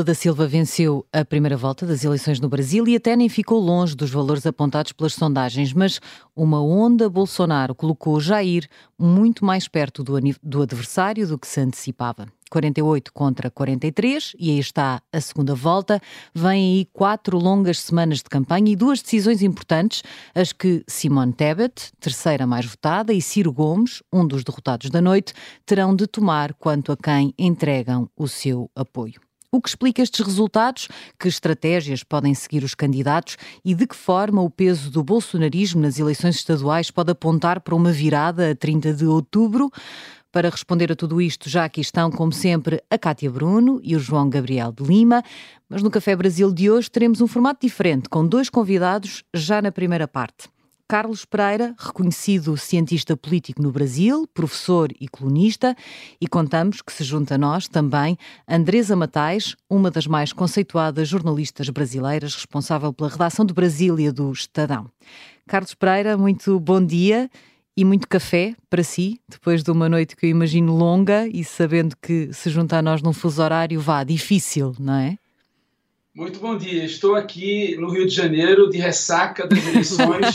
Lula da Silva venceu a primeira volta das eleições no Brasil e até nem ficou longe dos valores apontados pelas sondagens, mas uma Bolsonaro colocou Jair muito mais perto do adversário do que se antecipava. 48 contra 43, e aí está a segunda volta. Vêm aí 4 longas semanas de campanha e 2 decisões importantes, as que Simone Tebet, terceira mais votada, e Ciro Gomes, um dos derrotados da noite, terão de tomar quanto a quem entregam o seu apoio. O que explica estes resultados? Que estratégias podem seguir os candidatos e de que forma o peso do bolsonarismo nas eleições estaduais pode apontar para uma virada a 30 de outubro? Para responder a tudo isto, já aqui estão, como sempre, a Cátia Bruno e o João Gabriel de Lima. Mas no Café Brasil de hoje teremos um formato diferente, com 2 convidados já na primeira parte. Carlos Pereira, reconhecido cientista político no Brasil, professor e colunista, e contamos que se junta a nós também Andresa Matais, uma das mais conceituadas jornalistas brasileiras, responsável pela redação de Brasília do Estadão. Carlos Pereira, muito bom dia e muito café para si, depois de uma noite que eu imagino longa e sabendo que se junta a nós num fuso horário, difícil, não é? Muito bom dia, estou aqui no Rio de Janeiro de ressaca das eleições,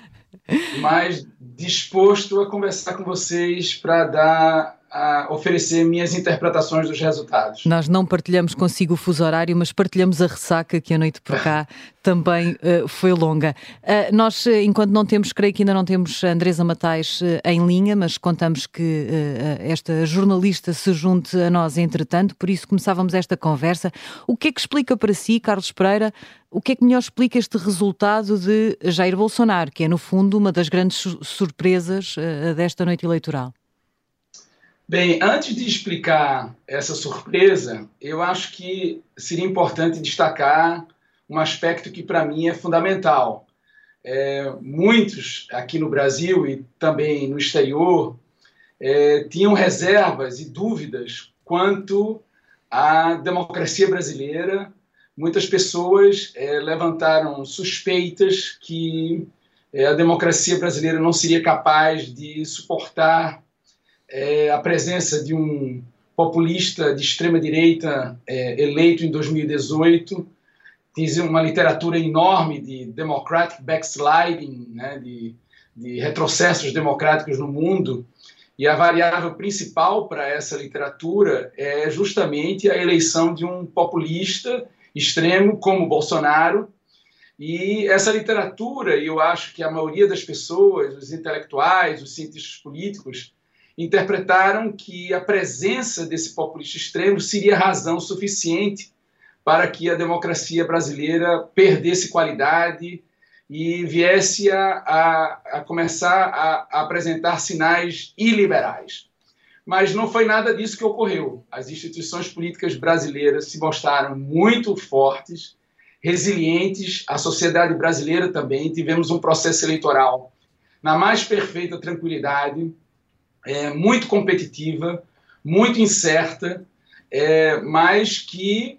mas disposto a conversar com vocês para oferecer minhas interpretações dos resultados. Nós não partilhamos consigo o fuso horário, mas partilhamos a ressaca, que a noite por cá também foi longa. Nós, enquanto não temos, creio que ainda não temos a Andresa Matais em linha, mas contamos que esta jornalista se junte a nós entretanto, por isso começávamos esta conversa. O que é que explica para si, Carlos Pereira, o que é que melhor explica este resultado de Jair Bolsonaro, que é no fundo uma das grandes surpresas desta noite eleitoral? Bem, antes de explicar essa surpresa, eu acho que seria importante destacar um aspecto que para mim é fundamental. Muitos aqui no Brasil e também no exterior tinham reservas e dúvidas quanto à democracia brasileira. Muitas pessoas levantaram suspeitas que a democracia brasileira não seria capaz de suportar a presença de um populista de extrema-direita eleito em 2018, tem uma literatura enorme de democratic backsliding, né, de retrocessos democráticos no mundo, e a variável principal para essa literatura é justamente a eleição de um populista extremo como Bolsonaro. E essa literatura, e eu acho que a maioria das pessoas, os intelectuais, os cientistas políticos, interpretaram que a presença desse populista extremo seria razão suficiente para que a democracia brasileira perdesse qualidade e viesse a começar a apresentar sinais iliberais. Mas não foi nada disso que ocorreu. As instituições políticas brasileiras se mostraram muito fortes, resilientes, a sociedade brasileira também. Tivemos um processo eleitoral na mais perfeita tranquilidade, muito competitiva, muito incerta, mas que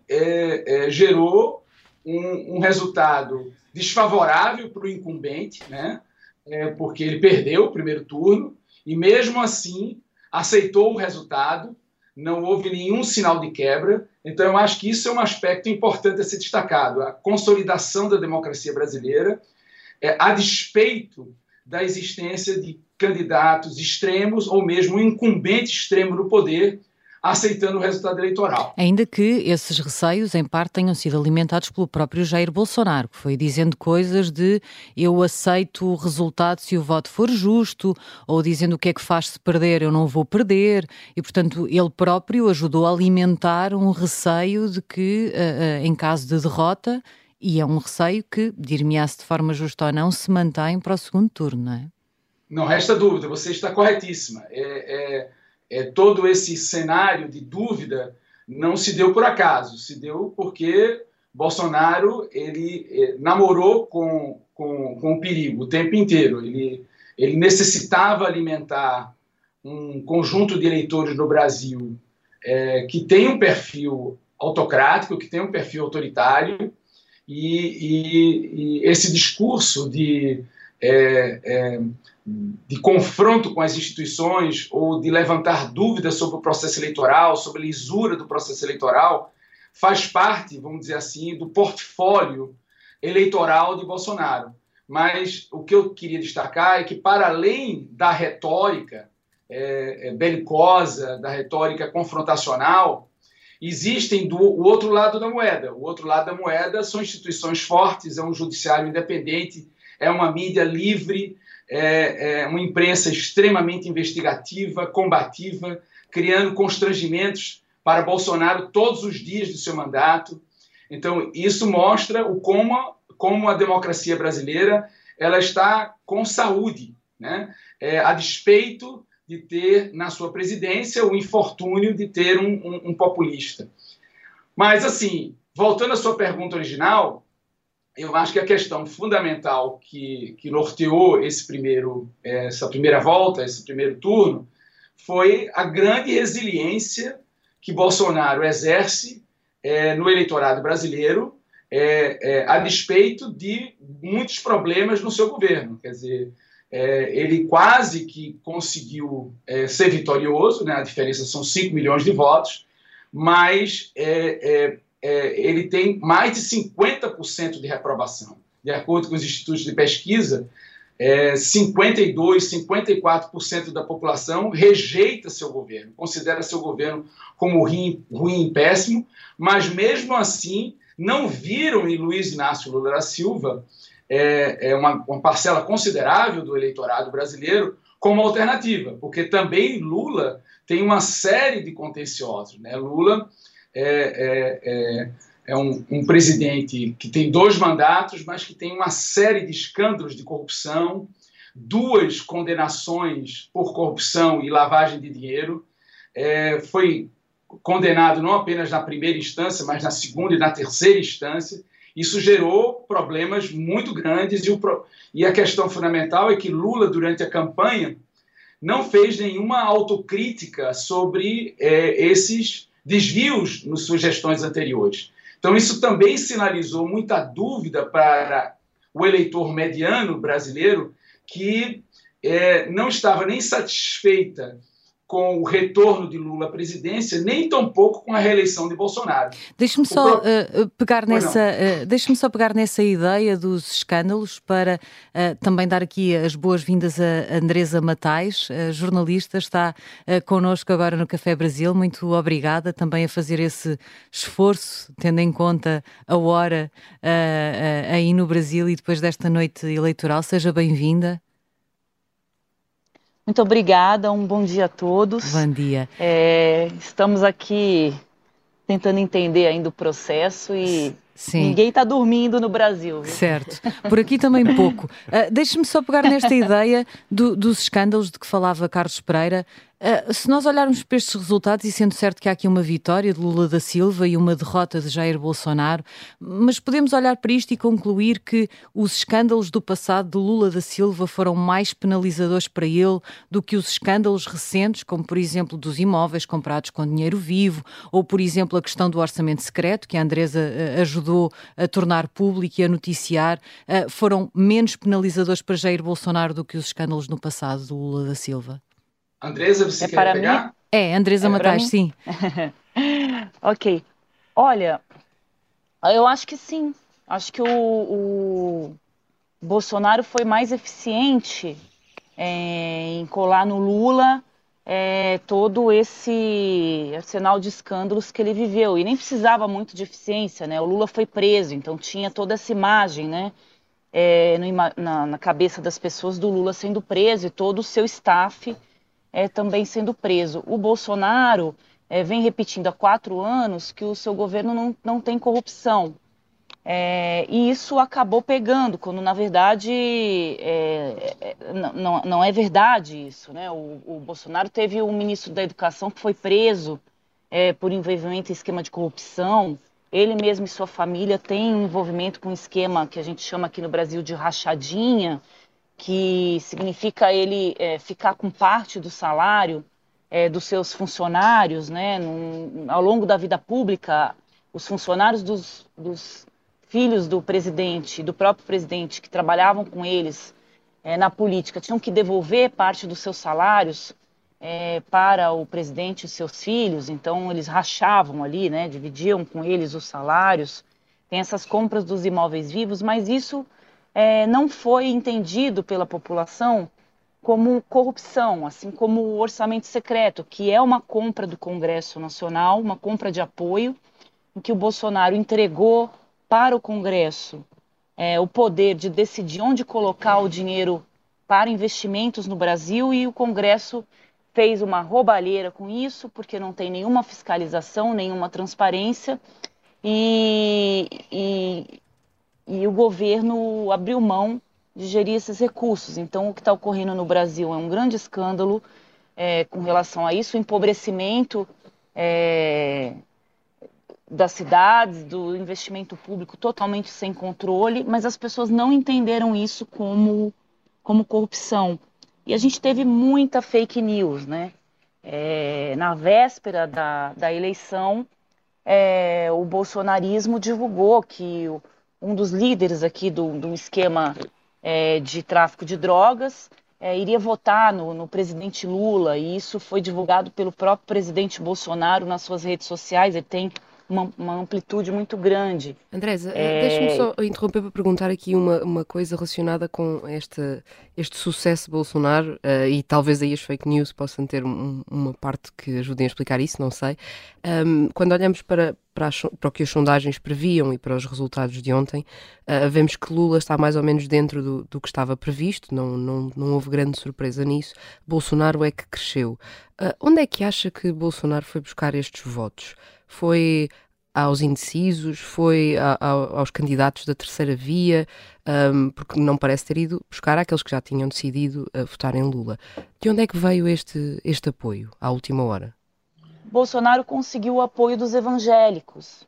gerou um resultado desfavorável para o incumbente, né? Porque ele perdeu o primeiro turno e mesmo assim aceitou o resultado, não houve nenhum sinal de quebra. Então eu acho que isso é um aspecto importante a ser destacado, a consolidação da democracia brasileira, a despeito da existência de candidatos extremos ou mesmo um incumbente extremo no poder aceitando o resultado eleitoral. Ainda que esses receios, em parte, tenham sido alimentados pelo próprio Jair Bolsonaro, que foi dizendo coisas de eu aceito o resultado se o voto for justo, ou dizendo o que é que faz se perder, eu não vou perder, e, portanto, ele próprio ajudou a alimentar um receio de que, em caso de derrota, e é um receio que, dir-me-á-se de forma justa ou não, se mantém para o segundo turno, não é? Não resta dúvida, você está corretíssima. Todo esse cenário de dúvida não se deu por acaso, se deu porque Bolsonaro ele namorou com o perigo o tempo inteiro. Ele necessitava alimentar um conjunto de eleitores no Brasil que tem um perfil autocrático, que tem um perfil autoritário, e esse discurso de confronto com as instituições ou de levantar dúvidas sobre o processo eleitoral, sobre a lisura do processo eleitoral, faz parte, vamos dizer assim, do portfólio eleitoral de Bolsonaro. Mas o que eu queria destacar é que, para além da retórica belicosa, da retórica confrontacional, existem o outro lado da moeda. O outro lado da moeda são instituições fortes, é um judiciário independente, é uma mídia livre, é uma imprensa extremamente investigativa, combativa, criando constrangimentos para Bolsonaro todos os dias do seu mandato. Então, isso mostra como a democracia brasileira ela está com saúde, né? A despeito de ter na sua presidência o infortúnio de ter um populista. Mas, assim, voltando à sua pergunta original, eu acho que a questão fundamental que norteou essa primeira volta, esse primeiro turno, foi a grande resiliência que Bolsonaro exerce no eleitorado brasileiro, a despeito de muitos problemas no seu governo. Quer dizer, ele quase que conseguiu ser vitorioso, né? A diferença são 5 milhões de votos, mas ele tem mais de 50% de reprovação. De acordo com os institutos de pesquisa, 52%, 54% da população rejeita seu governo, considera seu governo como ruim e péssimo, mas mesmo assim não viram em Luiz Inácio Lula da Silva uma parcela considerável do eleitorado brasileiro como alternativa, porque também Lula tem uma série de contenciosos, né? Lula é um presidente que tem 2 mandatos, mas que tem uma série de escândalos de corrupção, 2 condenações por corrupção e lavagem de dinheiro, foi condenado não apenas na primeira instância, mas na segunda e na terceira instância. Isso gerou problemas muito grandes e a questão fundamental é que Lula, durante a campanha, não fez nenhuma autocrítica sobre esses desvios nas suas gestões anteriores. Então, isso também sinalizou muita dúvida para o eleitor mediano brasileiro que não estava nem satisfeita com o retorno de Lula à presidência, nem tampouco com a reeleição de Bolsonaro. Deixe-me só pegar nessa ideia dos escândalos para também dar aqui as boas-vindas a Andresa Matais, jornalista, está connosco agora no Café Brasil. Muito obrigada também a fazer esse esforço, tendo em conta a hora aí no Brasil e depois desta noite eleitoral. Seja bem-vinda. Muito obrigada, um bom dia a todos. Bom dia. Estamos aqui tentando entender ainda o processo e Sim. Ninguém está dormindo no Brasil. Viu? Certo, por aqui também pouco. Deixe-me só pegar nesta ideia dos escândalos de que falava Carlos Pereira. Se nós olharmos para estes resultados, e sendo certo que há aqui uma vitória de Lula da Silva e uma derrota de Jair Bolsonaro, mas podemos olhar para isto e concluir que os escândalos do passado de Lula da Silva foram mais penalizadores para ele do que os escândalos recentes, como por exemplo dos imóveis comprados com dinheiro vivo, ou por exemplo a questão do orçamento secreto, que a Andresa ajudou a tornar público e a noticiar, foram menos penalizadores para Jair Bolsonaro do que os escândalos no passado de Lula da Silva? Andresa, você quer pegar? Andresa Matais, sim. Ok. Olha, eu acho que sim. Acho que o Bolsonaro foi mais eficiente em colar no Lula todo esse arsenal de escândalos que ele viveu. E nem precisava muito de eficiência, né? O Lula foi preso, então tinha toda essa imagem, né? Na cabeça das pessoas do Lula sendo preso e todo o seu staff também sendo preso. O Bolsonaro vem repetindo há 4 anos que o seu governo não tem corrupção. E isso acabou pegando, quando na verdade não é verdade isso, né? O Bolsonaro teve um ministro da Educação que foi preso por envolvimento em esquema de corrupção. Ele mesmo e sua família têm um envolvimento com um esquema que a gente chama aqui no Brasil de rachadinha, que significa ele ficar com parte do salário dos seus funcionários, né? Ao longo da vida pública, os funcionários dos filhos do presidente, do próprio presidente, que trabalhavam com eles na política, tinham que devolver parte dos seus salários para o presidente e seus filhos, então eles rachavam ali, né, dividiam com eles os salários, tem essas compras dos imóveis vivos, mas isso não foi entendido pela população como corrupção, assim como o orçamento secreto, que é uma compra do Congresso Nacional, uma compra de apoio, em que o Bolsonaro entregou para o Congresso o poder de decidir onde colocar o dinheiro para investimentos no Brasil, e o Congresso fez uma roubalheira com isso, porque não tem nenhuma fiscalização, nenhuma transparência, e o governo abriu mão de gerir esses recursos. Então, o que está ocorrendo no Brasil é um grande escândalo com relação a isso, o empobrecimento das cidades, do investimento público totalmente sem controle, mas as pessoas não entenderam isso como corrupção. E a gente teve muita fake news, né? Na véspera da eleição, o bolsonarismo divulgou que um dos líderes aqui do esquema de tráfico de drogas iria votar no presidente Lula, e isso foi divulgado pelo próprio presidente Bolsonaro nas suas redes sociais. Ele tem uma amplitude muito grande. Andresa, deixa-me só interromper para perguntar aqui uma coisa relacionada com este sucesso de Bolsonaro, e talvez aí as fake news possam ter uma parte que ajudem a explicar isso, não sei. Quando olhamos para o que as sondagens previam e para os resultados de ontem, vemos que Lula está mais ou menos dentro do que estava previsto, não houve grande surpresa nisso. Bolsonaro é que cresceu. Onde é que acha que Bolsonaro foi buscar estes votos? Foi aos indecisos? Foi aos candidatos da terceira via? Porque não parece ter ido buscar aqueles que já tinham decidido votar em Lula. De onde é que veio este apoio à última hora? Bolsonaro conseguiu o apoio dos evangélicos.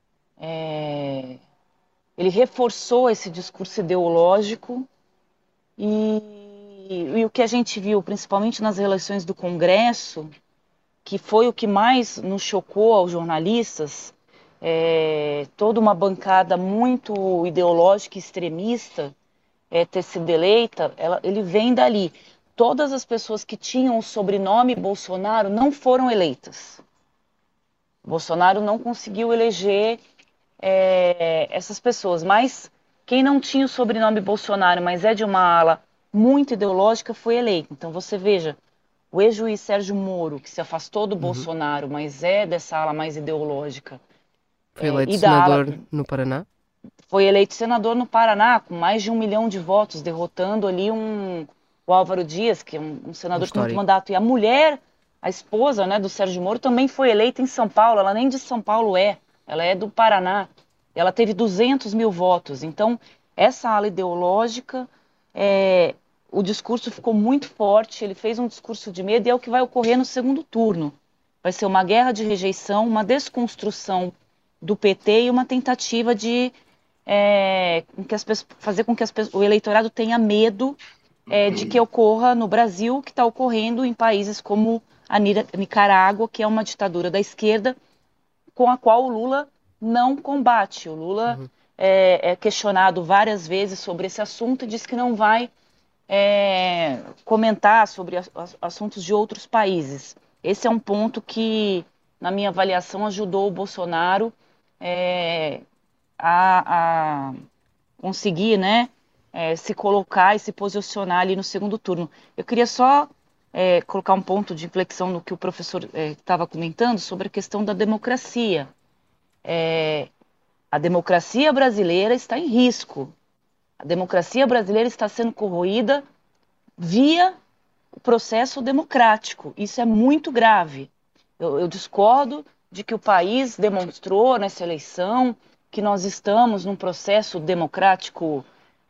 Ele reforçou esse discurso ideológico e o que a gente viu, principalmente nas eleições do Congresso, que foi o que mais nos chocou aos jornalistas, toda uma bancada muito ideológica e extremista ter sido eleita, ele vem dali. Todas as pessoas que tinham o sobrenome Bolsonaro não foram eleitas. Bolsonaro não conseguiu eleger essas pessoas, mas quem não tinha o sobrenome Bolsonaro, mas é de uma ala muito ideológica, foi eleito. Então você veja, o ex-juiz Sérgio Moro, que se afastou do Bolsonaro, mas é dessa ala mais ideológica. Foi eleito senador no Paraná? Foi eleito senador no Paraná, com mais de 1 milhão de votos, derrotando ali o Álvaro Dias, que é um senador com muito mandato. E a mulher, a esposa, né, do Sérgio Moro, também foi eleita em São Paulo. Ela nem de São Paulo ela é do Paraná. Ela teve 200 mil votos. Então, essa ala ideológica, o discurso ficou muito forte, ele fez um discurso de medo, e é o que vai ocorrer no segundo turno. Vai ser uma guerra de rejeição, uma desconstrução do PT e uma tentativa de fazer com que o eleitorado tenha medo de que ocorra no Brasil o que está ocorrendo em países como a Nicarágua, que é uma ditadura da esquerda, com a qual o Lula não combate. O Lula é questionado várias vezes sobre esse assunto e diz que não vai comentar sobre assuntos de outros países. Esse é um ponto que, na minha avaliação, ajudou o Bolsonaro a conseguir, né, se colocar e se posicionar ali no segundo turno. Eu queria só colocar um ponto de inflexão no que o professor estava comentando sobre a questão da democracia. A democracia brasileira está em risco. A democracia brasileira está sendo corroída via o processo democrático. Isso é muito grave. Eu discordo de que o país demonstrou nessa eleição que nós estamos num processo democrático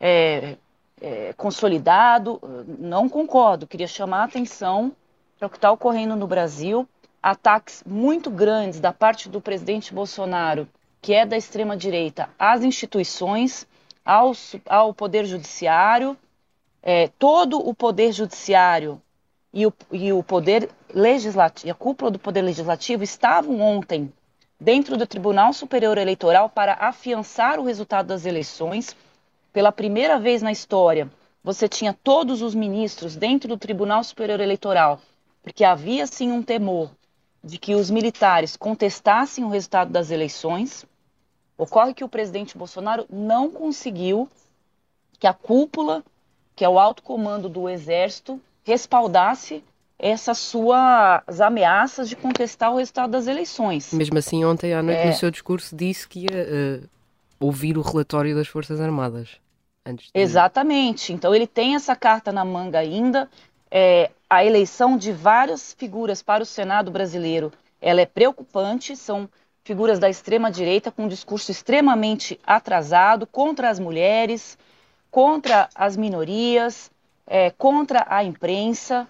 consolidado. Não concordo. Queria chamar a atenção para o que está ocorrendo no Brasil. Ataques muito grandes da parte do presidente Bolsonaro, que é da extrema-direita, às instituições, ao Poder Judiciário. Todo o Poder Judiciário e o Poder Legislativo, a cúpula do Poder Legislativo estavam ontem dentro do Tribunal Superior Eleitoral para afiançar o resultado das eleições. Pela primeira vez na história, você tinha todos os ministros dentro do Tribunal Superior Eleitoral porque havia sim um temor de que os militares contestassem o resultado das eleições. Ocorre que o presidente Bolsonaro não conseguiu que a cúpula, que é o alto comando do Exército, respaldasse essas suas ameaças de contestar o resultado das eleições. Mesmo assim, ontem à noite, no seu discurso, disse que ia ouvir o relatório das Forças Armadas. Exatamente. Então, ele tem essa carta na manga ainda. A eleição de várias figuras para o Senado brasileiro, ela é preocupante, são figuras da extrema-direita com um discurso extremamente atrasado contra as mulheres, contra as minorias, contra a imprensa,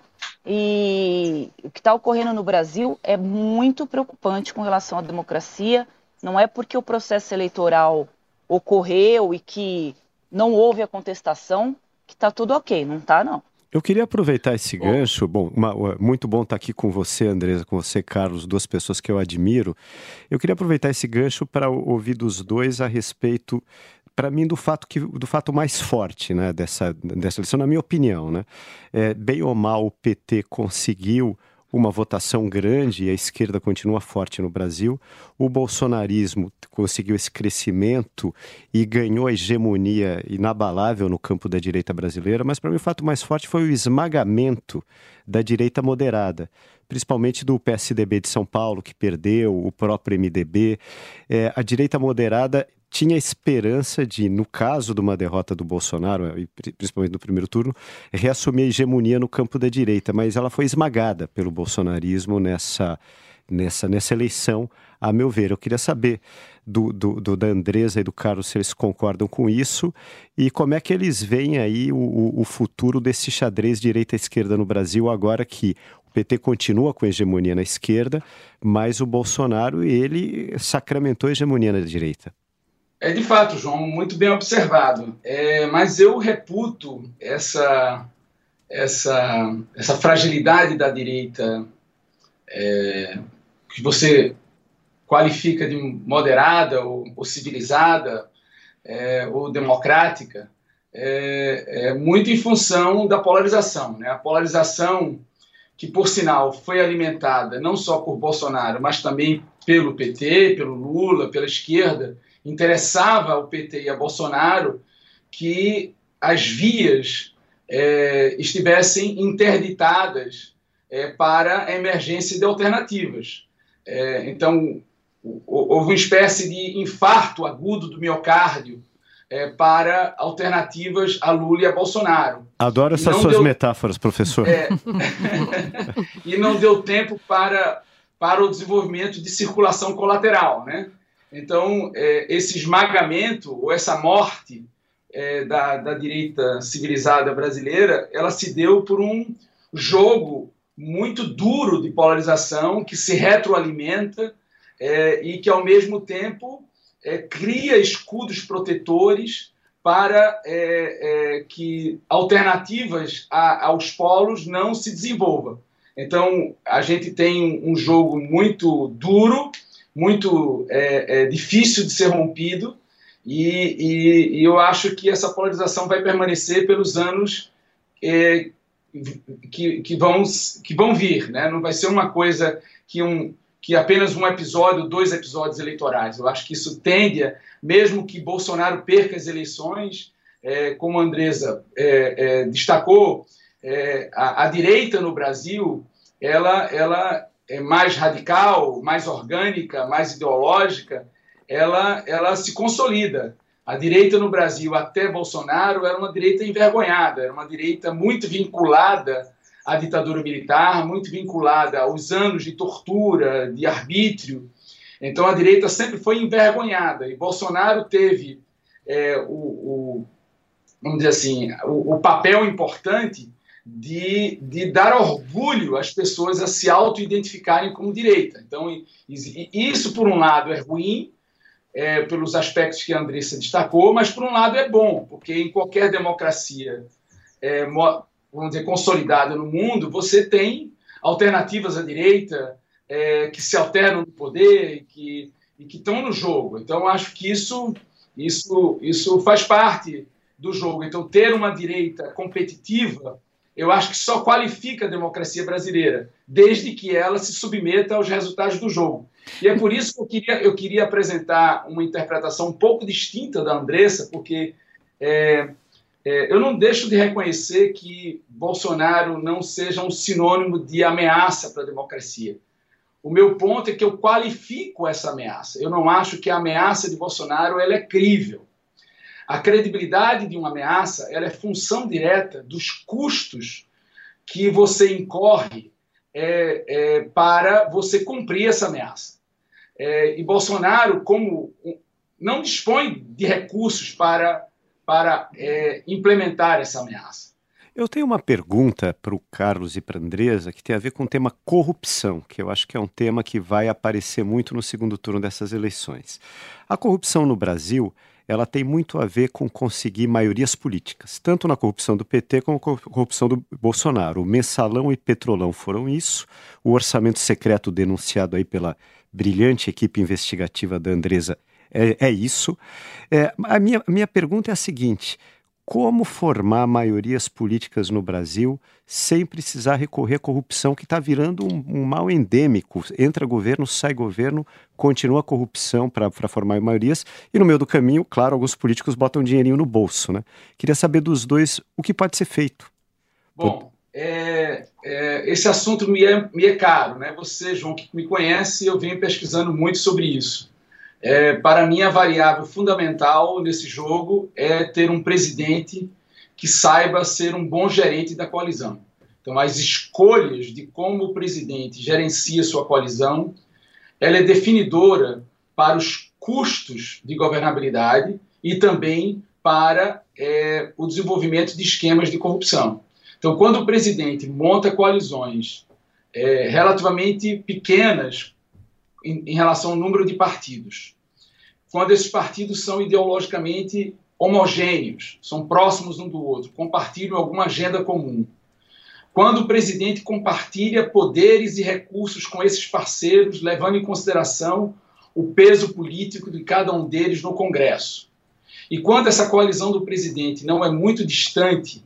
e o que está ocorrendo no Brasil é muito preocupante com relação à democracia. Não é porque o processo eleitoral ocorreu e que não houve a contestação que está tudo ok, não está, não. Eu queria aproveitar esse gancho. Bom, muito bom estar aqui com você, Andresa, com você, Carlos, duas pessoas que eu admiro. Eu queria aproveitar esse gancho para ouvir dos dois a respeito, para mim, do fato mais forte, né, dessa eleição, na minha opinião, né? Bem ou mal, o PT conseguiu uma votação grande e a esquerda continua forte no Brasil. O bolsonarismo conseguiu esse crescimento e ganhou a hegemonia inabalável no campo da direita brasileira, mas para mim o fato mais forte foi o esmagamento da direita moderada, principalmente do PSDB de São Paulo, que perdeu, o próprio MDB. A direita moderada tinha esperança de, no caso de uma derrota do Bolsonaro, principalmente no primeiro turno, reassumir a hegemonia no campo da direita, mas ela foi esmagada pelo bolsonarismo nessa eleição, a meu ver. Eu queria saber da Andresa e do Carlos se eles concordam com isso e como é que eles veem aí o futuro desse xadrez direita-esquerda no Brasil, agora que o PT continua com a hegemonia na esquerda, mas o Bolsonaro, ele sacramentou a hegemonia na direita. De fato, João, muito bem observado. Mas eu reputo essa fragilidade da direita, que você qualifica de moderada ou civilizada ou democrática, muito em função da polarização, né? A polarização que, por sinal, foi alimentada não só por Bolsonaro, mas também pelo PT, pelo Lula, pela esquerda, interessava ao PT e a Bolsonaro que as vias estivessem interditadas para a emergência de alternativas. Então, houve uma espécie de infarto agudo do miocárdio para alternativas a Lula e a Bolsonaro. Adoro essas suas metáforas, professor. E não deu tempo para o desenvolvimento de circulação colateral, né? Então, esse esmagamento ou essa morte da direita civilizada brasileira, ela se deu por um jogo muito duro de polarização que se retroalimenta e que, ao mesmo tempo, cria escudos protetores para que alternativas aos polos não se desenvolvam. Então, a gente tem um jogo muito duro, muito difícil de ser rompido, e eu acho que essa polarização vai permanecer pelos anos que vão vir, né? Não vai ser uma coisa que apenas um episódio, 2 episódios eleitorais. Eu acho que isso tende, mesmo que Bolsonaro perca as eleições, como a Andresa destacou, a direita no Brasil, ela é mais radical, mais orgânica, mais ideológica, ela se consolida. A direita no Brasil, até Bolsonaro, era uma direita envergonhada, era uma direita muito vinculada à ditadura militar, muito vinculada aos anos de tortura, de arbítrio. Então, a direita sempre foi envergonhada, e Bolsonaro teve vamos dizer assim, o papel importante de dar orgulho às pessoas a se auto-identificarem como direita. Então, isso, por um lado, é ruim, pelos aspectos que a Andressa destacou, mas, por um lado, é bom, porque em qualquer democracia, vamos dizer, consolidada no mundo, você tem alternativas à direita que se alternam no poder e que estão no jogo. Então, acho que isso faz parte do jogo. Então, ter uma direita competitiva eu acho que só qualifica a democracia brasileira, desde que ela se submeta aos resultados do jogo. E é por isso que eu queria apresentar uma interpretação um pouco distinta da Andressa, porque eu não deixo de reconhecer que Bolsonaro não seja um sinônimo de ameaça para a democracia. O meu ponto é que eu qualifico essa ameaça. Eu não acho que a ameaça de Bolsonaro ela é crível. A credibilidade de uma ameaça ela é função direta dos custos que você incorre para você cumprir essa ameaça. E Bolsonaro, como não dispõe de recursos para implementar essa ameaça. Eu tenho uma pergunta para o Carlos e para a Andressa que tem a ver com o tema corrupção, que eu acho que é um tema que vai aparecer muito no segundo turno dessas eleições. A corrupção no Brasil, ela tem muito a ver com conseguir maiorias políticas, tanto na corrupção do PT como na corrupção do Bolsonaro. O Mensalão e Petrolão foram isso, o orçamento secreto denunciado aí pela brilhante equipe investigativa da Andressa é isso. A minha pergunta é a seguinte: como formar maiorias políticas no Brasil sem precisar recorrer à corrupção, que está virando um mal endêmico? Entra governo, sai governo, continua a corrupção para formar maiorias, e no meio do caminho, claro, alguns políticos botam dinheirinho no bolso, né? Queria saber dos dois o que pode ser feito. Bom, esse assunto me é caro, né? Você, João, que me conhece, eu venho pesquisando muito sobre isso. Para mim, a variável fundamental nesse jogo é ter um presidente que saiba ser um bom gerente da coalizão. Então, as escolhas de como o presidente gerencia sua coalizão, ela é definidora para os custos de governabilidade e também para o desenvolvimento de esquemas de corrupção. Então, quando o presidente monta coalizões relativamente pequenas em relação ao número de partidos, quando esses partidos são ideologicamente homogêneos, são próximos um do outro, compartilham alguma agenda comum, quando o presidente compartilha poderes e recursos com esses parceiros, levando em consideração o peso político de cada um deles no Congresso, e quando essa coalizão do presidente não é muito distante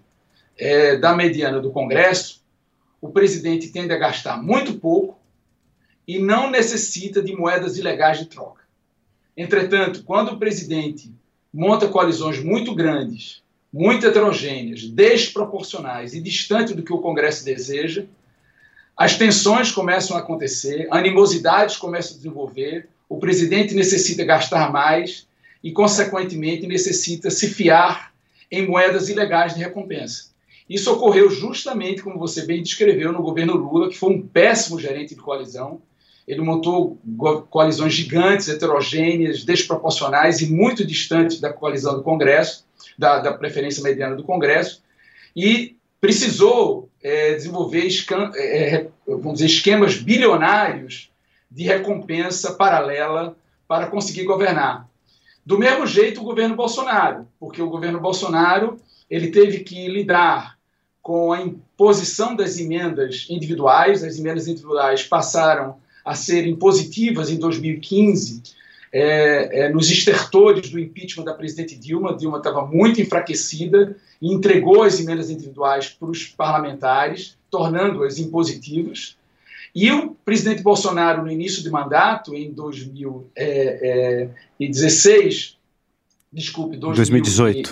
da mediana do Congresso, o presidente tende a gastar muito pouco e não necessita de moedas ilegais de troca. Entretanto, quando o presidente monta coalizões muito grandes, muito heterogêneas, desproporcionais e distantes do que o Congresso deseja, as tensões começam a acontecer, animosidades começam a desenvolver, o presidente necessita gastar mais e, consequentemente, necessita se fiar em moedas ilegais de recompensa. Isso ocorreu justamente, como você bem descreveu, no governo Lula, que foi um péssimo gerente de coalizão. Ele montou coalizões gigantes, heterogêneas, desproporcionais e muito distantes da coalizão do Congresso, da preferência mediana do Congresso, e precisou desenvolver vamos dizer, esquemas bilionários de recompensa paralela para conseguir governar. Do mesmo jeito o governo Bolsonaro, porque o governo Bolsonaro ele teve que lidar com a imposição das emendas individuais. As emendas individuais passaram a serem positivas em 2015, nos estertores do impeachment da presidente Dilma. Dilma estava muito enfraquecida e entregou as emendas individuais para os parlamentares, tornando-as impositivas. E o presidente Bolsonaro, no início de mandato, em 2016, desculpe, 2018,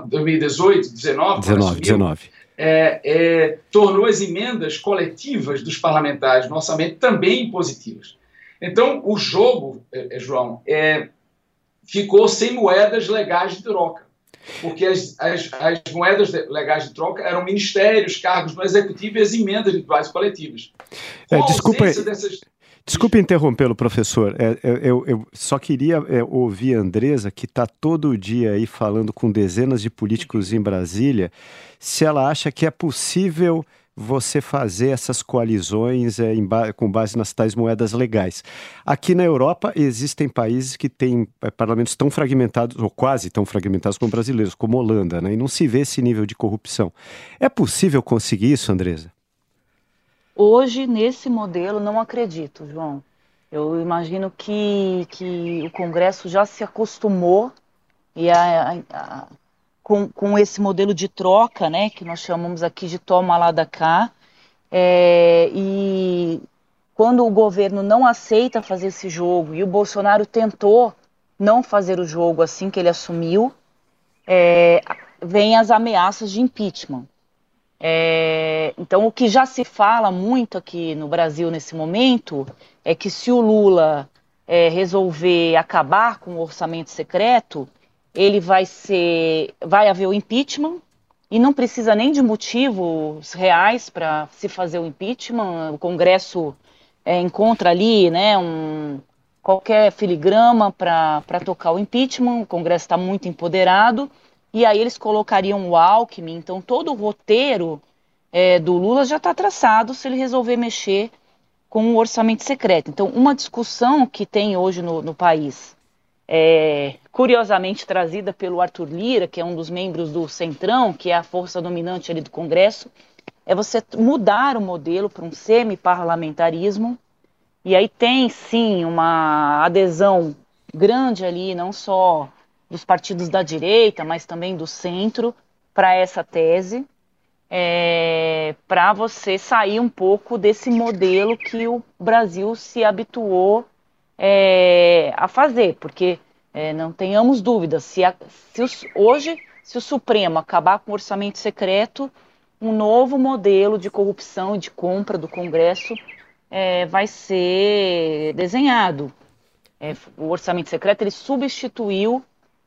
2019, tornou as emendas coletivas dos parlamentares no orçamento também impositivas. Então, o jogo, João, ficou sem moedas legais de troca, porque as moedas legais de troca eram ministérios, cargos no executivo e as emendas individuais coletivas. Desculpe interrompê-lo, professor. Eu só queria ouvir a Andressa, que está todo dia aí falando com dezenas de políticos em Brasília, se ela acha que é possível você fazer essas coalizões com base nas tais moedas legais. Aqui na Europa existem países que têm parlamentos tão fragmentados, ou quase tão fragmentados como brasileiros, como Holanda, né? E não se vê esse nível de corrupção. É possível conseguir isso, Andressa? Hoje, nesse modelo, não acredito, João. Eu imagino que o Congresso já se acostumou com esse modelo de troca, né, que nós chamamos aqui de toma lá da cá, e quando o governo não aceita fazer esse jogo, e o Bolsonaro tentou não fazer o jogo assim que ele assumiu, vem as ameaças de impeachment. Então, o que já se fala muito aqui no Brasil nesse momento é que se o Lula resolver acabar com o orçamento secreto, vai haver o impeachment, e não precisa nem de motivos reais para se fazer o impeachment. O Congresso encontra ali, né, qualquer filigrama para tocar o impeachment. O Congresso está muito empoderado, e aí eles colocariam o Alckmin. Então todo o roteiro do Lula já está traçado se ele resolver mexer com o orçamento secreto. Então, uma discussão que tem hoje no país, curiosamente trazida pelo Arthur Lira, que é um dos membros do Centrão, que é a força dominante ali do Congresso, é você mudar o modelo para um semi-parlamentarismo, e aí tem sim uma adesão grande ali, não só dos partidos da direita, mas também do centro, para essa tese, para você sair um pouco desse modelo que o Brasil se habituou a fazer, porque não tenhamos dúvidas, hoje, se o Supremo acabar com o orçamento secreto, um novo modelo de corrupção e de compra do Congresso vai ser desenhado. O orçamento secreto ele substituiu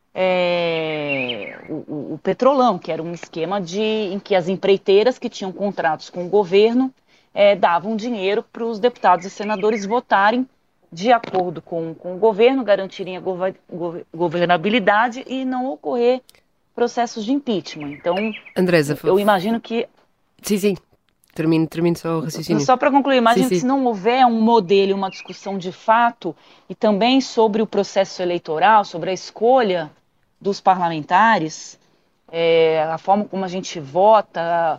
o Petrolão, que era um esquema em que as empreiteiras que tinham contratos com o governo davam dinheiro para os deputados e senadores votarem de acordo com o governo, garantirem a governabilidade e não ocorrer processos de impeachment. Então, Andresa, eu imagino que... Sim. Termino só o raciocínio. Só para concluir, imagino que se não houver um modelo e uma discussão de fato, e também sobre o processo eleitoral, sobre a escolha dos parlamentares, a forma como a gente vota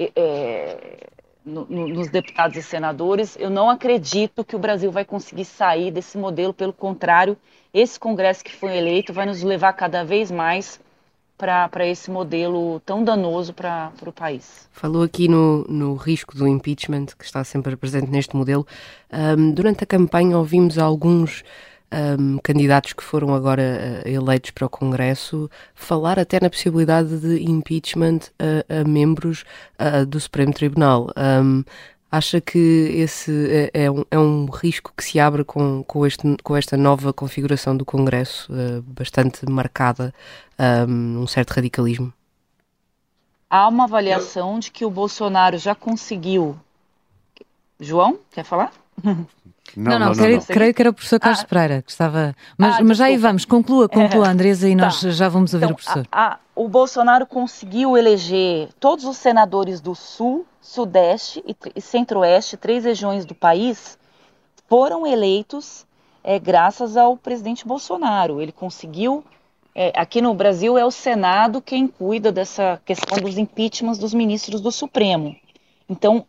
nos deputados e senadores, eu não acredito que o Brasil vai conseguir sair desse modelo. Pelo contrário, esse Congresso que foi eleito vai nos levar cada vez mais para esse modelo tão danoso para o país. Falou aqui no risco do impeachment, que está sempre presente neste modelo. Durante a campanha ouvimos alguns candidatos que foram agora eleitos para o Congresso falar até na possibilidade de impeachment a membros do Supremo Tribunal. Acha que esse é um risco que se abre com esta nova configuração do Congresso, bastante marcada num certo radicalismo? Há uma avaliação de que o Bolsonaro já conseguiu... João, quer falar? Não. Creio que era o professor Carlos Pereira que estava... Mas já aí vamos, conclua, Andresa, e nós já vamos ouvir o professor. O Bolsonaro conseguiu eleger todos os senadores do Sul, Sudeste e Centro-Oeste, 3 regiões do país, foram eleitos graças ao presidente Bolsonaro. Ele conseguiu... aqui no Brasil é o Senado quem cuida dessa questão dos impeachments dos ministros do Supremo. Então,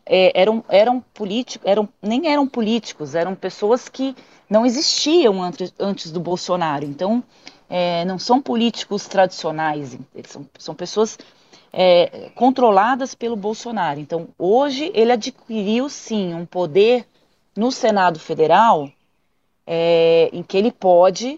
nem eram políticos, eram pessoas que não existiam antes do Bolsonaro. Então, não são políticos tradicionais, são pessoas controladas pelo Bolsonaro. Então, hoje, ele adquiriu, sim, um poder no Senado Federal em que ele pode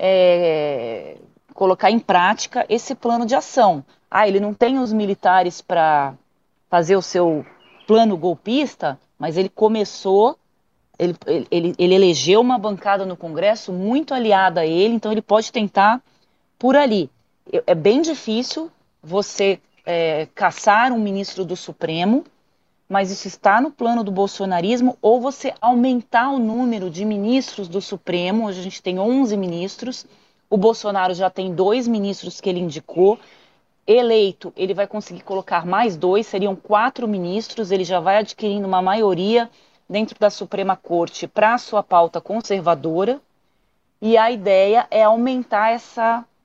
colocar em prática esse plano de ação. Ele não tem os militares para fazer o seu plano golpista, mas ele começou, ele elegeu uma bancada no Congresso muito aliada a ele, então ele pode tentar por ali. É bem difícil você caçar um ministro do Supremo, mas isso está no plano do bolsonarismo, ou você aumentar o número de ministros do Supremo. Hoje a gente tem 11 ministros, o Bolsonaro já tem 2 ministros que ele indicou. Eleito, ele vai conseguir colocar mais 2, seriam 4 ministros, ele já vai adquirindo uma maioria dentro da Suprema Corte para a sua pauta conservadora, e a ideia é aumentar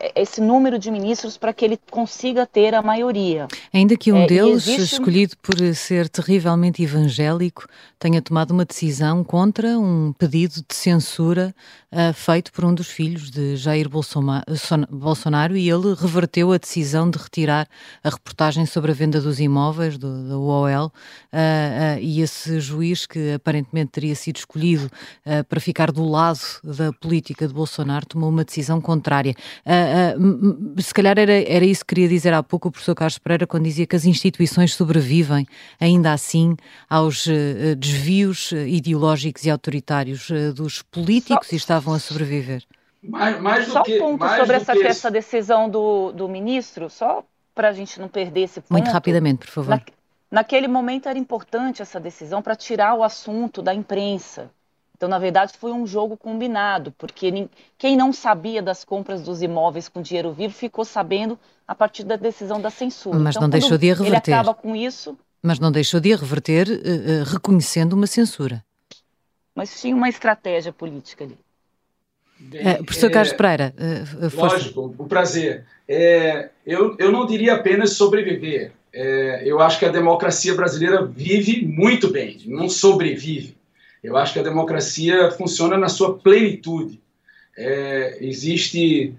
esse número de ministros para que ele consiga ter a maioria. Ainda que um deles, escolhido por ser terrivelmente evangélico, tenha tomado uma decisão contra um pedido de censura feito por um dos filhos de Jair Bolsonaro, e ele reverteu a decisão de retirar a reportagem sobre a venda dos imóveis da UOL, e esse juiz, que aparentemente teria sido escolhido para ficar do lado da política de Bolsonaro, tomou uma decisão contrária. Se calhar era isso que queria dizer há pouco o professor Carlos Pereira, quando dizia que as instituições sobrevivem, ainda assim, aos desvios ideológicos e autoritários dos políticos, e estavam a sobreviver. Só um ponto sobre essa decisão do ministro, só para a gente não perder esse ponto. Muito rapidamente, por favor. Naquele momento era importante essa decisão para tirar o assunto da imprensa. Então, na verdade, foi um jogo combinado, porque quem não sabia das compras dos imóveis com dinheiro vivo ficou sabendo a partir da decisão da censura. Mas então, não deixou de a reverter. Ele acaba com isso. Mas não deixou de a reverter, reconhecendo uma censura. Mas tinha uma estratégia política ali. Professor Carlos Pereira, lógico, um prazer. Eu não diria apenas sobreviver. Eu acho que a democracia brasileira vive muito bem, não sobrevive. Eu acho que a democracia funciona na sua plenitude. Existe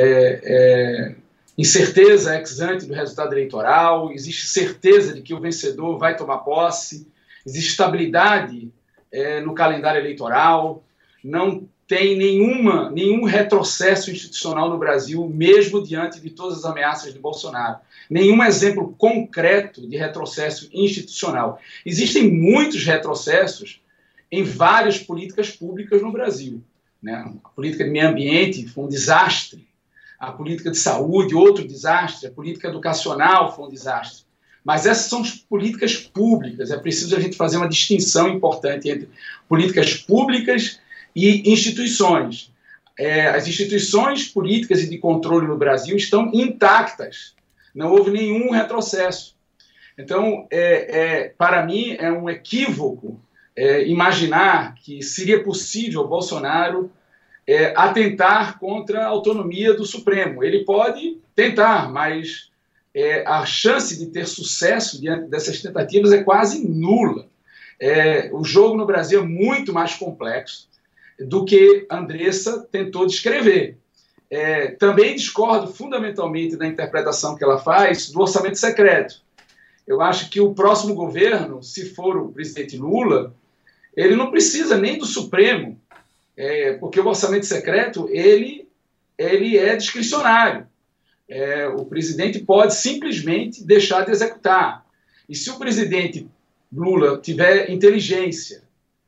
incerteza ex ante do resultado eleitoral, existe certeza de que o vencedor vai tomar posse, existe estabilidade no calendário eleitoral, não tem nenhum retrocesso institucional no Brasil, mesmo diante de todas as ameaças de Bolsonaro. Nenhum exemplo concreto de retrocesso institucional. Existem muitos retrocessos em várias políticas públicas no Brasil, né? A política de meio ambiente foi um desastre, a política de saúde, outro desastre, a política educacional foi um desastre. Mas essas são as políticas públicas, é preciso a gente fazer uma distinção importante entre políticas públicas e instituições. As instituições políticas e de controle no Brasil estão intactas, não houve nenhum retrocesso. Então, para mim, é um equívoco imaginar que seria possível Bolsonaro atentar contra a autonomia do Supremo. Ele pode tentar, mas a chance de ter sucesso diante dessas tentativas é quase nula. O jogo no Brasil é muito mais complexo do que Andressa tentou descrever. Também discordo fundamentalmente da interpretação que ela faz do orçamento secreto. Eu acho que o próximo governo, se for o presidente Lula, ele não precisa nem do Supremo, porque o orçamento secreto ele é discricionário. O presidente pode simplesmente deixar de executar. E se o presidente Lula tiver inteligência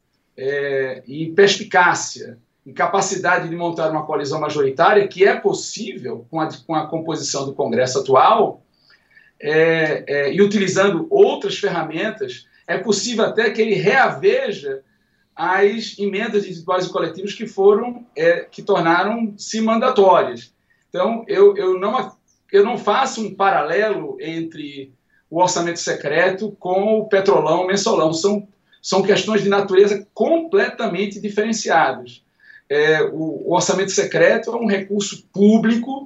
e perspicácia e capacidade de montar uma coalizão majoritária, que é possível com a composição do Congresso atual, e utilizando outras ferramentas, é possível até que ele reaveja as emendas individuais e coletivas que tornaram-se mandatórias. Então, eu não faço um paralelo entre o orçamento secreto com o petrolão mensalão. São questões de natureza completamente diferenciadas. O orçamento secreto é um recurso público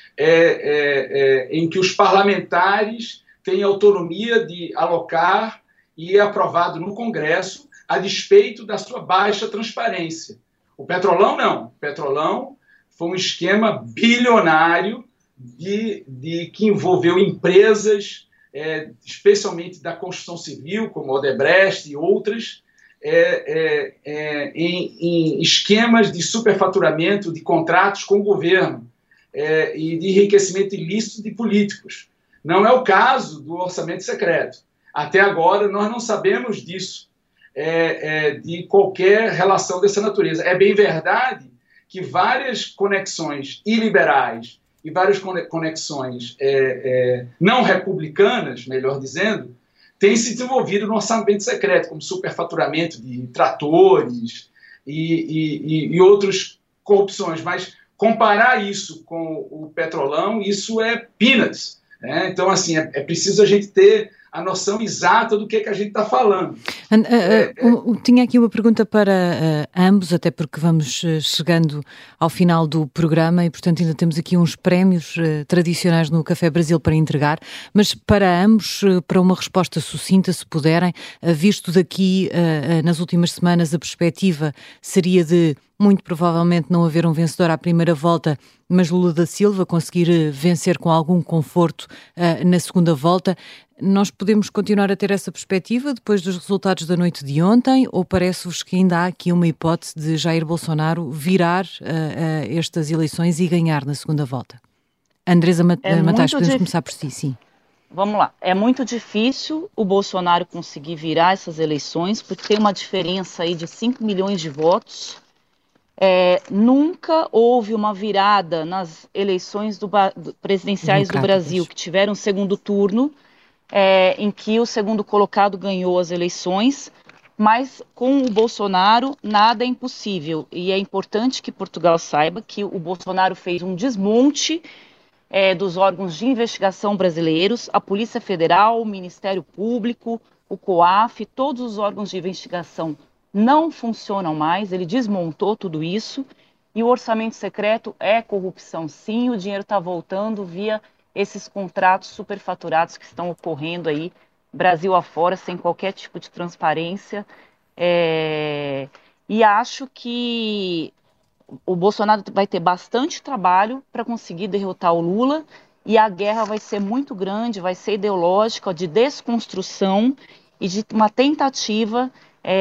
em que os parlamentares têm autonomia de alocar e é aprovado no Congresso a despeito da sua baixa transparência. O petrolão não. O petrolão foi um esquema bilionário que envolveu empresas, especialmente da construção civil, como Odebrecht e outras, em esquemas de superfaturamento de contratos com o governo e de enriquecimento ilícito de políticos. Não é o caso do orçamento secreto. Até agora, nós não sabemos disso, de qualquer relação dessa natureza. É bem verdade que várias conexões iliberais e várias conexões não republicanas, melhor dizendo, têm se desenvolvido no orçamento secreto, como superfaturamento de tratores e outras corrupções. Mas comparar isso com o petrolão, isso é peanuts. Então, assim, é preciso a gente ter a noção exata do que a gente está falando. Tinha aqui uma pergunta para ambos, até porque vamos chegando ao final do programa e, portanto, ainda temos aqui uns prémios tradicionais no Café Brasil para entregar, mas para ambos, para uma resposta sucinta, se puderem, visto daqui nas últimas semanas, a perspectiva seria de muito provavelmente não haver um vencedor à primeira volta, mas Lula da Silva conseguir vencer com algum conforto na segunda volta. Nós podemos continuar a ter essa perspectiva depois dos resultados da noite de ontem, ou parece-vos que ainda há aqui uma hipótese de Jair Bolsonaro virar estas eleições e ganhar na segunda volta? Andresa Matais, podemos começar por si, sim. Vamos lá. É muito difícil o Bolsonaro conseguir virar essas eleições, porque tem uma diferença aí de 5 milhões de votos. Nunca houve uma virada nas eleições presidenciais do Brasil, que tiveram segundo turno, em que o segundo colocado ganhou as eleições, mas com o Bolsonaro nada é impossível. E é importante que Portugal saiba que o Bolsonaro fez um desmonte dos órgãos de investigação brasileiros, a Polícia Federal, o Ministério Público, o COAF, todos os órgãos de investigação não funcionam mais, ele desmontou tudo isso, e o orçamento secreto é corrupção sim, o dinheiro está voltando via esses contratos superfaturados que estão ocorrendo aí, Brasil afora, sem qualquer tipo de transparência, e acho que o Bolsonaro vai ter bastante trabalho para conseguir derrotar o Lula, e a guerra vai ser muito grande, vai ser ideológica, de desconstrução e de uma tentativa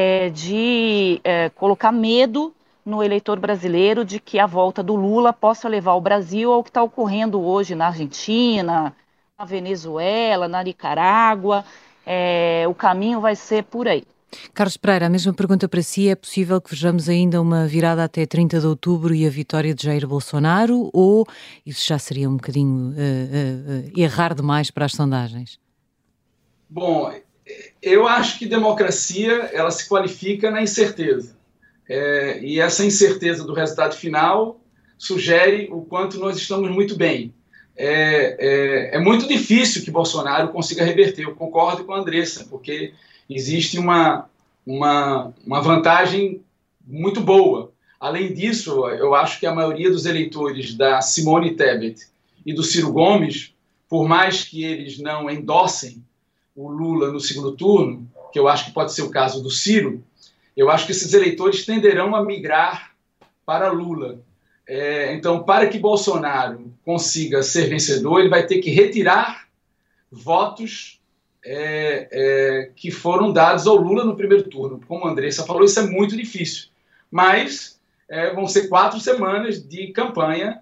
de colocar medo no eleitor brasileiro de que a volta do Lula possa levar o Brasil ao que está ocorrendo hoje na Argentina, na Venezuela, na Nicarágua. O caminho vai ser por aí. Carlos Pereira, a mesma pergunta para si. É possível que vejamos ainda uma virada até 30 de outubro e a vitória de Jair Bolsonaro, ou isso já seria um bocadinho errar demais para as sondagens? Bom, eu acho que democracia ela se qualifica na incerteza. E essa incerteza do resultado final sugere o quanto nós estamos muito bem. É muito difícil que Bolsonaro consiga reverter. Eu concordo com a Andressa, porque existe uma vantagem muito boa. Além disso, eu acho que a maioria dos eleitores da Simone Tebet e do Ciro Gomes, por mais que eles não endossem o Lula no segundo turno, que eu acho que pode ser o caso do Ciro, eu acho que esses eleitores tenderão a migrar para Lula. Então, para que Bolsonaro consiga ser vencedor, ele vai ter que retirar votos que foram dados ao Lula no primeiro turno. Como a Andressa falou, isso é muito difícil. Mas vão ser 4 semanas de campanha.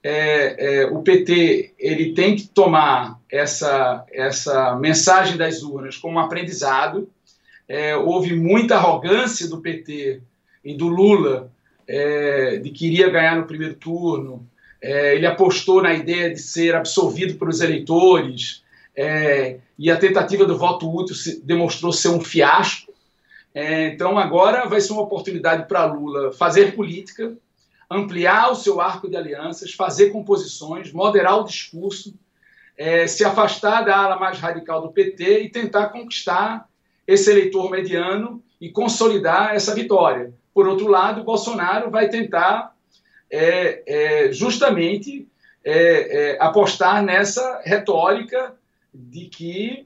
O PT ele tem que tomar essa mensagem das urnas como um aprendizado. Houve muita arrogância do PT e do Lula de que iria ganhar no primeiro turno. Ele apostou na ideia de ser absolvido pelos eleitores, e a tentativa do voto útil demonstrou ser um fiasco. Então agora vai ser uma oportunidade para Lula fazer política, ampliar o seu arco de alianças, fazer composições, moderar o discurso, se afastar da ala mais radical do PT e tentar conquistar esse eleitor mediano e consolidar essa vitória. Por outro lado, Bolsonaro vai tentar justamente apostar nessa retórica de que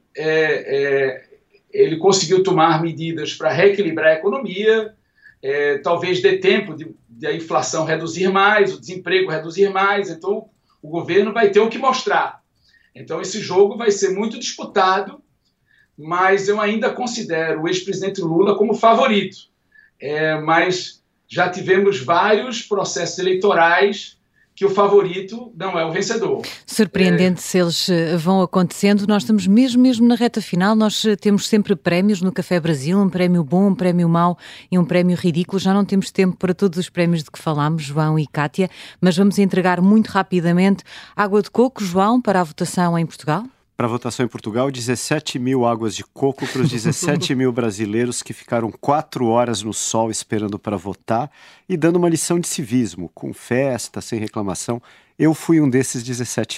ele conseguiu tomar medidas para reequilibrar a economia, talvez dê tempo de a inflação reduzir mais, o desemprego reduzir mais, então o governo vai ter o que mostrar. Então esse jogo vai ser muito disputado, mas eu ainda considero o ex-presidente Lula como favorito. Mas já tivemos vários processos eleitorais que o favorito não é o vencedor. Surpreendente se eles vão acontecendo. Nós estamos mesmo na reta final. Nós temos sempre prémios no Café Brasil, um prémio bom, um prémio mau e um prémio ridículo. Já não temos tempo para todos os prémios de que falámos, João e Cátia, mas vamos entregar muito rapidamente água de coco, João, para a votação em Portugal. Para a votação em Portugal, 17 mil águas de coco para os 17 mil brasileiros que ficaram 4 horas no sol esperando para votar e dando uma lição de civismo, com festa, sem reclamação. Eu fui um desses 17 mil.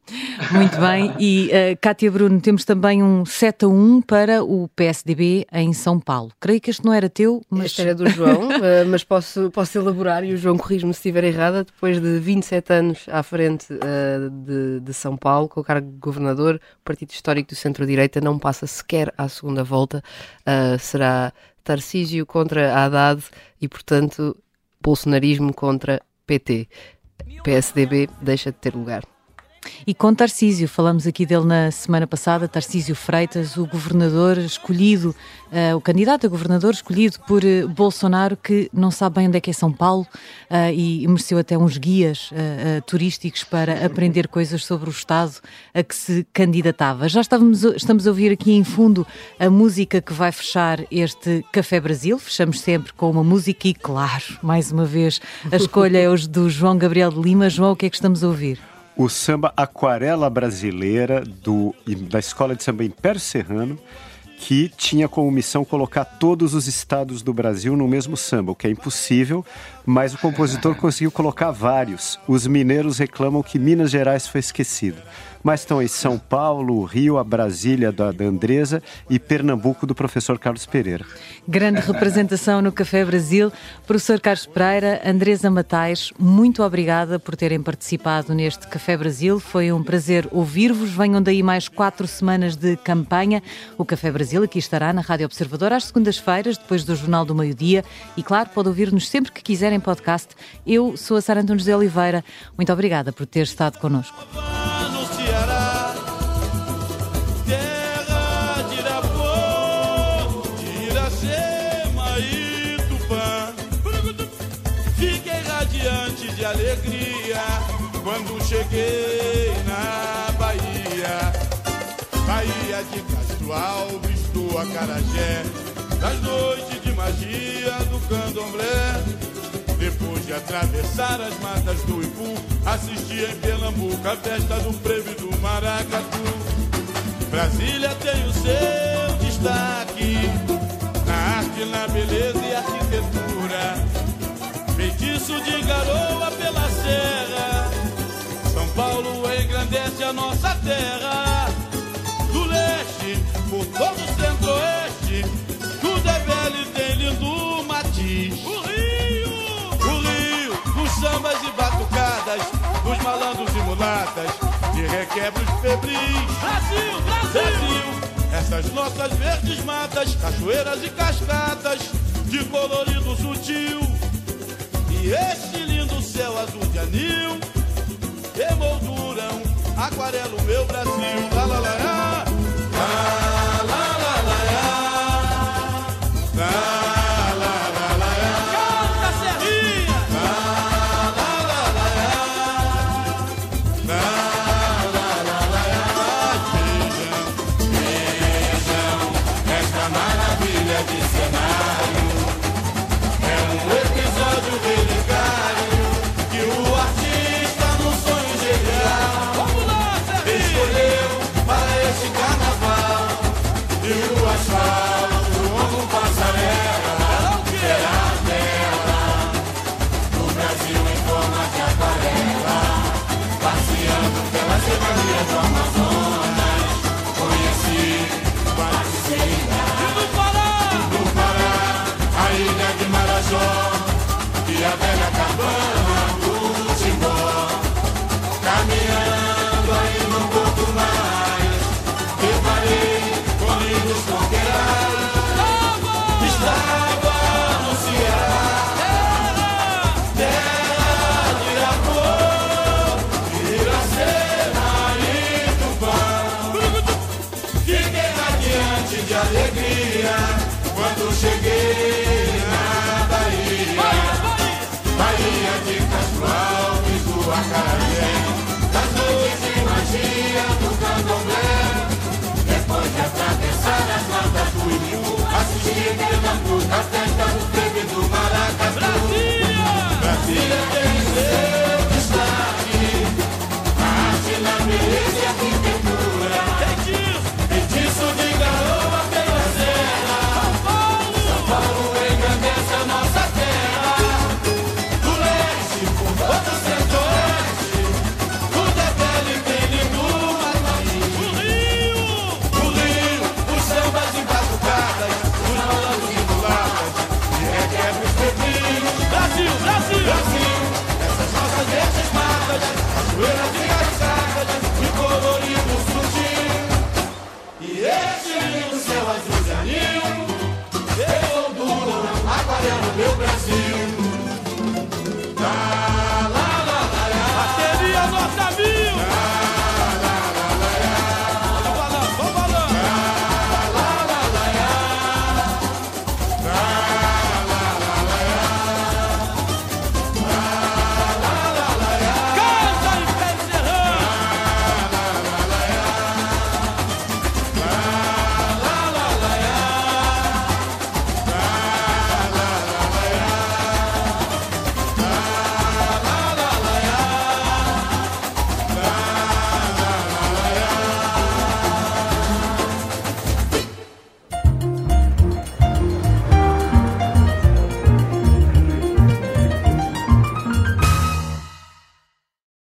Muito bem, e Cátia Bruno, temos também um 7-1 para o PSDB em São Paulo. Creio que este não era teu, mas... Este era do João, mas posso elaborar, e o João corrige-me se estiver errada. Depois de 27 anos à frente de São Paulo, com o cargo de governador, o partido histórico do centro-direita não passa sequer à segunda volta. Será Tarcísio contra Haddad e, portanto, bolsonarismo contra PT. PSDB deixa de ter lugar. E com Tarcísio, falamos aqui dele na semana passada, Tarcísio Freitas, o governador escolhido, o candidato a governador escolhido por Bolsonaro, que não sabe bem onde é que é São Paulo e mereceu até uns guias turísticos para aprender coisas sobre o estado a que se candidatava. Já estamos a ouvir aqui em fundo a música que vai fechar este Café Brasil. Fechamos sempre com uma música e, claro, mais uma vez, a escolha é hoje do João Gabriel de Lima. João, o que é que estamos a ouvir? O samba Aquarela Brasileira da Escola de Samba Império Serrano, que tinha como missão colocar todos os estados do Brasil no mesmo samba, o que é impossível, mas o compositor conseguiu colocar vários. Os mineiros reclamam que Minas Gerais foi esquecido. Mas estão aí São Paulo, Rio, a Brasília da Andresa e Pernambuco do professor Carlos Pereira. Grande representação no Café Brasil. Professor Carlos Pereira, Andresa Matais, muito obrigada por terem participado neste Café Brasil. Foi um prazer ouvir-vos. Venham daí mais 4 semanas de campanha. O Café Brasil aqui estará na Rádio Observador às segundas-feiras, depois do Jornal do Meio-Dia. E claro, pode ouvir-nos sempre que quiser em podcast. Eu sou a Sara Antunes de Oliveira. Muito obrigada por ter estado connosco. Terra de Irapô, de Iracema e Tupã. Fiquei radiante de alegria quando cheguei na Bahia. Bahia de Castro Alves, do Acarajé, das noites de magia do Candomblé. Depois de atravessar as matas do Ipu, assisti em Pernambuco a festa do frevo e do maracatu. Brasília tem o seu destaque na arte, na beleza e arquitetura. Feitiço de garoa pela serra, São Paulo engrandece a nossa terra. Do leste, por todo o centro-oeste, tudo é velho e tem lindo matiz. Sambas e batucadas, dos malandros e mulatas, de requebros febris. Brasil, Brasil! Essas nossas verdes matas, cachoeiras e cascatas, de colorido sutil. E este lindo céu azul de anil, emolduram, aquarela o meu Brasil. Lá, lá, lá, lá, lá, lá, lá, lá, lá. E a velha cabana do Timbó, caminhando ainda um pouco mais, deparei com lindos coqueirais. Estava no Ceará, terra de Irapô, Iracema e Tupã. Fiquei radiante de alegria quando cheguei na Bahia. Bahia de Castro Alves, do Acarajé, das noites de magia do Candomblé. Depois de atravessar as matas do Ipu, assisti em Pernambuco a festa do frevo e do maracatu. Brasília! Brasília!